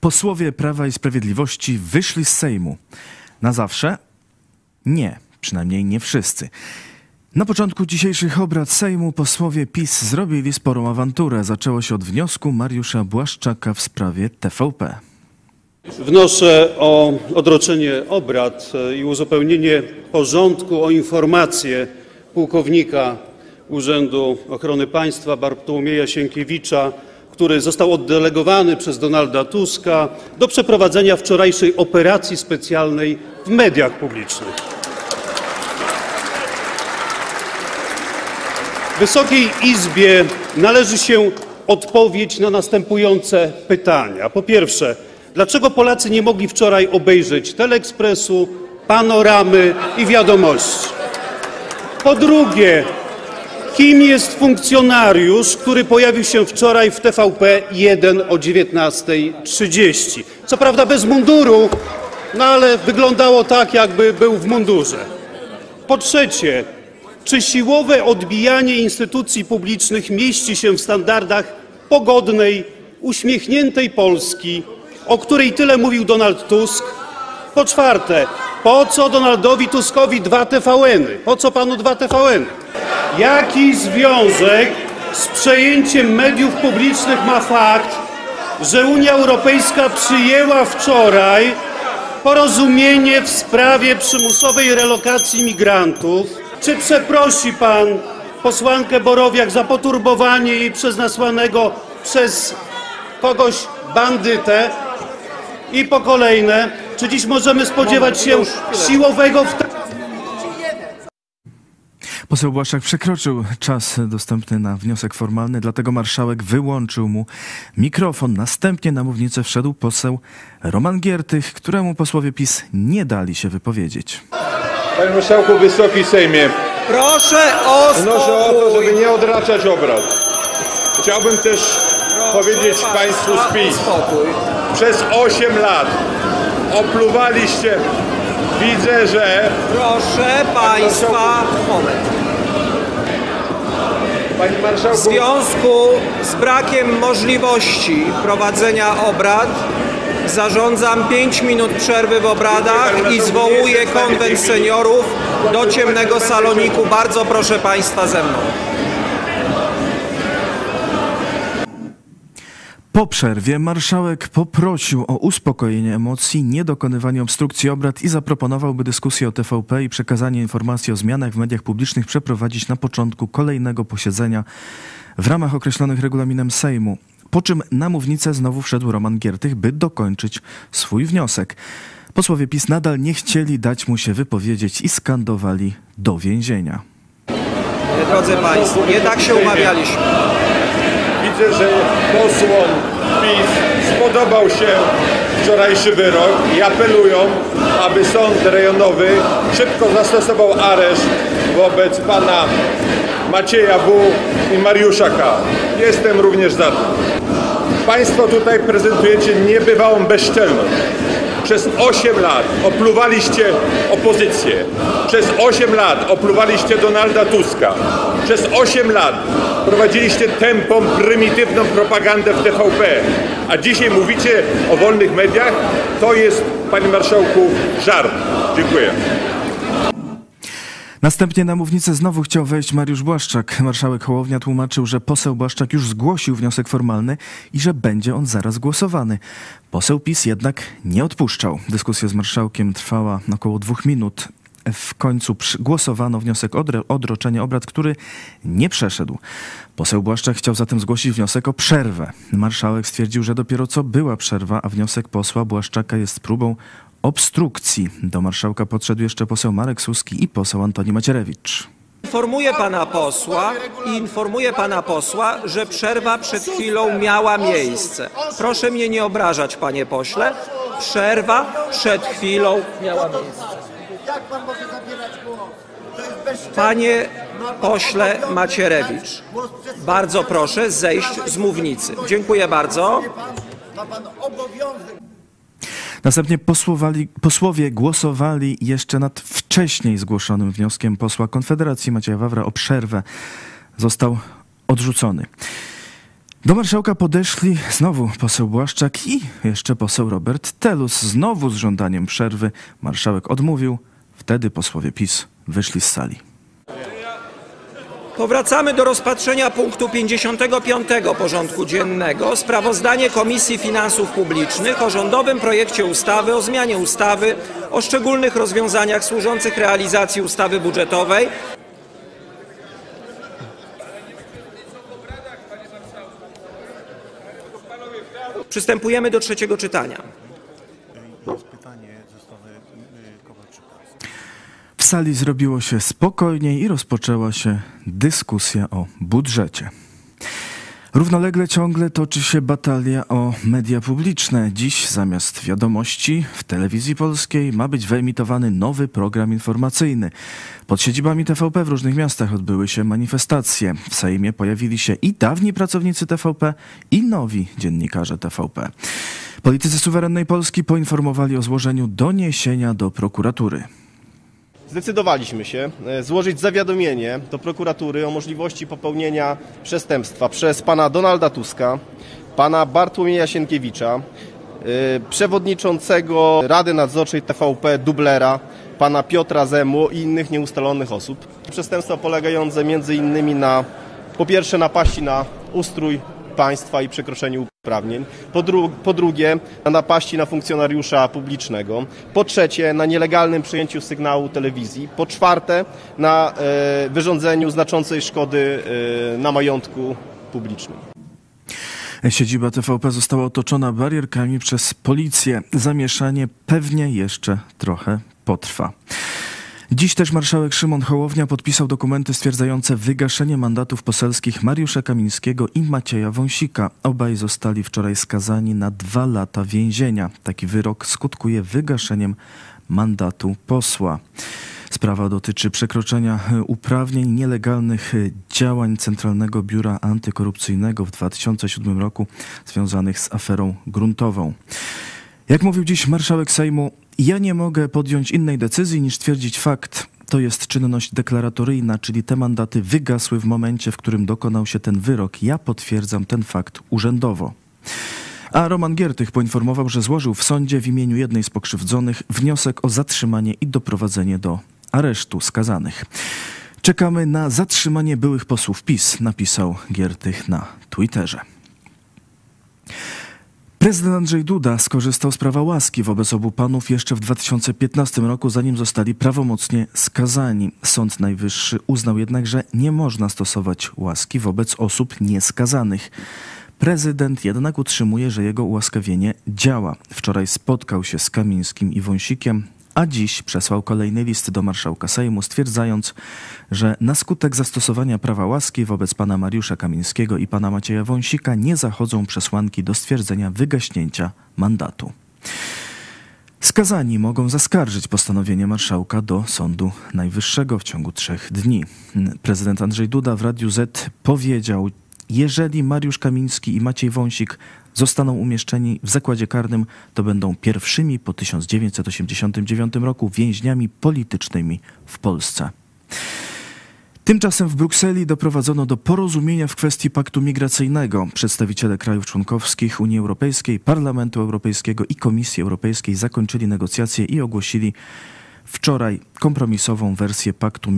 Posłowie Prawa i Sprawiedliwości wyszli z Sejmu. Na zawsze? Nie, przynajmniej nie wszyscy. Na początku dzisiejszych obrad Sejmu posłowie PiS zrobili sporą awanturę. Zaczęło się od wniosku Mariusza Błaszczaka w sprawie TVP. Wnoszę o odroczenie obrad i uzupełnienie porządku o informację pułkownika Urzędu Ochrony Państwa Bartłomieja Sienkiewicza, który został oddelegowany przez Donalda Tuska do przeprowadzenia wczorajszej operacji specjalnej w mediach publicznych. Wysokiej Izbie należy się odpowiedź na następujące pytania. Po pierwsze, dlaczego Polacy nie mogli wczoraj obejrzeć Teleekspresu, Panoramy i Wiadomości? Po drugie, kim jest funkcjonariusz, który pojawił się wczoraj w TVP1 o 19:30? Co prawda bez munduru, no ale wyglądało tak, jakby był w mundurze. Po trzecie, czy siłowe odbijanie instytucji publicznych mieści się w standardach pogodnej, uśmiechniętej Polski, o której tyle mówił Donald Tusk? Po czwarte, po co Donaldowi Tuskowi 2 TVN-y? Po co panu 2 TVN-y? Jaki związek z przejęciem mediów publicznych ma fakt, że Unia Europejska przyjęła wczoraj porozumienie w sprawie przymusowej relokacji migrantów? Czy przeprosi pan posłankę Borowiak za poturbowanie jej przez nasłanego przez kogoś bandytę? I po kolejne, czy dziś możemy spodziewać się siłowego Poseł Błaszczak przekroczył czas dostępny na wniosek formalny, dlatego marszałek wyłączył mu mikrofon. Następnie na mównicę wszedł poseł Roman Giertych, któremu posłowie PiS nie dali się wypowiedzieć. Panie Marszałku, Wysoki Sejmie, proszę o spokój. wnoszę o to, żeby nie odraczać obrad. Chciałbym też powiedzieć Państwu z PiS, przez 8 lat opluwaliście, widzę, że... Proszę Państwa, moment. Panie Marszałku, W związku z brakiem możliwości prowadzenia obrad zarządzam 5 minut przerwy w obradach i zwołuję konwent seniorów do ciemnego saloniku. Bardzo proszę Państwa ze mną. Po przerwie marszałek poprosił o uspokojenie emocji, niedokonywanie obstrukcji obrad i zaproponował, by dyskusję o TVP i przekazanie informacji o zmianach w mediach publicznych przeprowadzić na początku kolejnego posiedzenia w ramach określonych regulaminem Sejmu. Po czym na mównicę znowu wszedł Roman Giertych, by dokończyć swój wniosek. Posłowie PiS nadal nie chcieli dać mu się wypowiedzieć i skandowali do więzienia. Drodzy Państwo, nie tak się umawialiśmy. widzę, że posłom PiS spodobał się wczorajszy wyrok i apelują, aby sąd rejonowy szybko zastosował areszt wobec pana Macieja W. i Mariusza K. Jestem również za tym. Państwo tutaj prezentujecie niebywałą bezczelność. Przez 8 lat opluwaliście opozycję. Przez 8 lat opluwaliście Donalda Tuska. Przez 8 lat prowadziliście tępą, prymitywną propagandę w TVP. A dzisiaj mówicie o wolnych mediach? To jest, panie marszałku, żart. Dziękuję. Następnie na mównicę znowu chciał wejść Mariusz Błaszczak. Marszałek Hołownia tłumaczył, że poseł Błaszczak już zgłosił wniosek formalny i że będzie on zaraz głosowany. Poseł PiS jednak nie odpuszczał. Dyskusja z marszałkiem trwała około 2 minut. W końcu głosowano wniosek o odroczenie obrad, który nie przeszedł. Poseł Błaszczak chciał zatem zgłosić wniosek o przerwę. Marszałek stwierdził, że dopiero co była przerwa, a wniosek posła Błaszczaka jest próbą obstrukcji. Do marszałka podszedł jeszcze poseł Marek Suski i poseł Antoni Macierewicz. Informuję pana posła, że przerwa przed chwilą miała miejsce. Proszę mnie nie obrażać, panie pośle. Przerwa przed chwilą miała miejsce. Jak pan może zabierać głos? To jest bezczelne. Panie pośle Macierewicz, bardzo proszę zejść z mównicy. Dziękuję bardzo. Ma pan obowiązek. Następnie posłowie głosowali jeszcze nad wcześniej zgłoszonym wnioskiem posła Konfederacji Macieja Wawra o przerwę. Został odrzucony. Do marszałka podeszli znowu poseł Błaszczak i jeszcze poseł Robert Telus. Znowu z żądaniem przerwy. Marszałek odmówił. Wtedy posłowie PiS wyszli z sali. Powracamy do rozpatrzenia punktu 55. porządku dziennego. Sprawozdanie Komisji Finansów Publicznych o rządowym projekcie ustawy o zmianie ustawy o szczególnych rozwiązaniach służących realizacji ustawy budżetowej. Przystępujemy do trzeciego czytania. W sali zrobiło się spokojniej i rozpoczęła się dyskusja o budżecie. Równolegle ciągle toczy się batalia o media publiczne. Dziś zamiast wiadomości w telewizji polskiej ma być wyemitowany nowy program informacyjny. Pod siedzibami TVP w różnych miastach odbyły się manifestacje. W Sejmie pojawili się i dawni pracownicy TVP, i nowi dziennikarze TVP. Politycy suwerennej Polski poinformowali o złożeniu doniesienia do prokuratury. Zdecydowaliśmy się złożyć zawiadomienie do prokuratury o możliwości popełnienia przestępstwa przez pana Donalda Tuska, pana Bartłomieja Sienkiewicza, przewodniczącego Rady Nadzorczej TVP dublera, pana Piotra Zemu i innych nieustalonych osób. Przestępstwa polegające m.in. na, po pierwsze, napaści na ustrój państwa i przekroczeniu uprawnień, po drugie na napaści na funkcjonariusza publicznego, po trzecie na nielegalnym przyjęciu sygnału telewizji, po czwarte na wyrządzeniu znaczącej szkody na majątku publicznym. Siedziba TVP została otoczona barierkami przez policję. Zamieszanie pewnie jeszcze trochę potrwa. Dziś też marszałek Szymon Hołownia podpisał dokumenty stwierdzające wygaszenie mandatów poselskich Mariusza Kamińskiego i Macieja Wąsika. Obaj zostali wczoraj skazani na 2 lata więzienia. Taki wyrok skutkuje wygaszeniem mandatu posła. Sprawa dotyczy przekroczenia uprawnień, nielegalnych działań Centralnego Biura Antykorupcyjnego w 2007 roku związanych z aferą gruntową. Jak mówił dziś marszałek Sejmu, ja nie mogę podjąć innej decyzji niż stwierdzić fakt. To jest czynność deklaratoryjna, czyli te mandaty wygasły w momencie, w którym dokonał się ten wyrok. Ja potwierdzam ten fakt urzędowo. A Roman Giertych poinformował, że złożył w sądzie w imieniu jednej z pokrzywdzonych wniosek o zatrzymanie i doprowadzenie do aresztu skazanych. Czekamy na zatrzymanie byłych posłów PiS, napisał Giertych na Twitterze. Prezydent Andrzej Duda skorzystał z prawa łaski wobec obu panów jeszcze w 2015 roku, zanim zostali prawomocnie skazani. Sąd Najwyższy uznał jednak, że nie można stosować łaski wobec osób nieskazanych. Prezydent jednak utrzymuje, że jego ułaskawienie działa. Wczoraj spotkał się z Kamińskim i Wąsikiem, a dziś przesłał kolejny list do marszałka Sejmu, stwierdzając, że na skutek zastosowania prawa łaski wobec pana Mariusza Kamińskiego i pana Macieja Wąsika nie zachodzą przesłanki do stwierdzenia wygaśnięcia mandatu. Skazani mogą zaskarżyć postanowienie marszałka do Sądu Najwyższego w ciągu 3 dni. Prezydent Andrzej Duda w Radiu Z powiedział: jeżeli Mariusz Kamiński i Maciej Wąsik zostaną umieszczeni w zakładzie karnym, to będą pierwszymi po 1989 roku więźniami politycznymi w Polsce. Tymczasem w Brukseli doprowadzono do porozumienia w kwestii paktu migracyjnego. Przedstawiciele krajów członkowskich Unii Europejskiej, Parlamentu Europejskiego i Komisji Europejskiej zakończyli negocjacje i ogłosili wczoraj kompromisową wersję paktu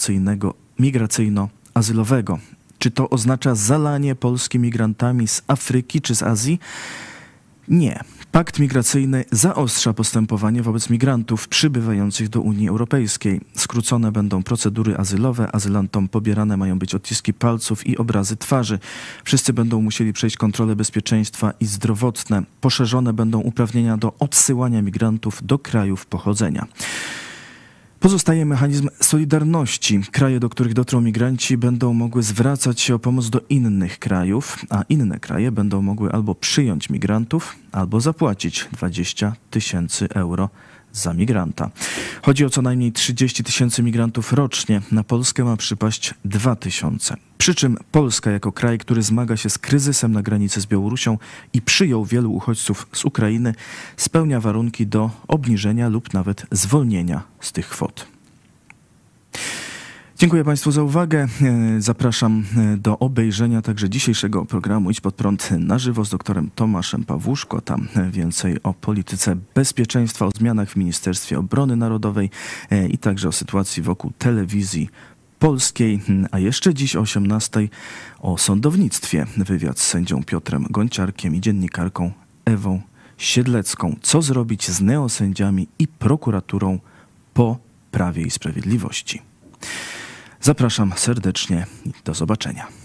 migracyjno-azylowego. Czy to oznacza zalanie Polski migrantami z Afryki czy z Azji? Nie. Pakt migracyjny zaostrza postępowanie wobec migrantów przybywających do Unii Europejskiej. Skrócone będą procedury azylowe, azylantom pobierane mają być odciski palców i obrazy twarzy. Wszyscy będą musieli przejść kontrole bezpieczeństwa i zdrowotne. Poszerzone będą uprawnienia do odsyłania migrantów do krajów pochodzenia. Pozostaje mechanizm solidarności. Kraje, do których dotrą migranci, będą mogły zwracać się o pomoc do innych krajów, a inne kraje będą mogły albo przyjąć migrantów, albo zapłacić 20 000 euro za migranta. Chodzi o co najmniej 30 000 migrantów rocznie. Na Polskę ma przypaść 2000. Przy czym Polska jako kraj, który zmaga się z kryzysem na granicy z Białorusią i przyjął wielu uchodźców z Ukrainy, spełnia warunki do obniżenia lub nawet zwolnienia z tych kwot. Dziękuję. Dziękuję Państwu za uwagę. Zapraszam do obejrzenia także dzisiejszego programu Idź Pod Prąd na żywo z doktorem Tomaszem Pawłuszko. Tam więcej o polityce bezpieczeństwa, o zmianach w Ministerstwie Obrony Narodowej i także o sytuacji wokół telewizji polskiej. A jeszcze dziś o 18:00 o sądownictwie. Wywiad z sędzią Piotrem Gonciarkiem i dziennikarką Ewą Siedlecką. Co zrobić z neosędziami i prokuraturą po Prawie i Sprawiedliwości. Zapraszam serdecznie i do zobaczenia.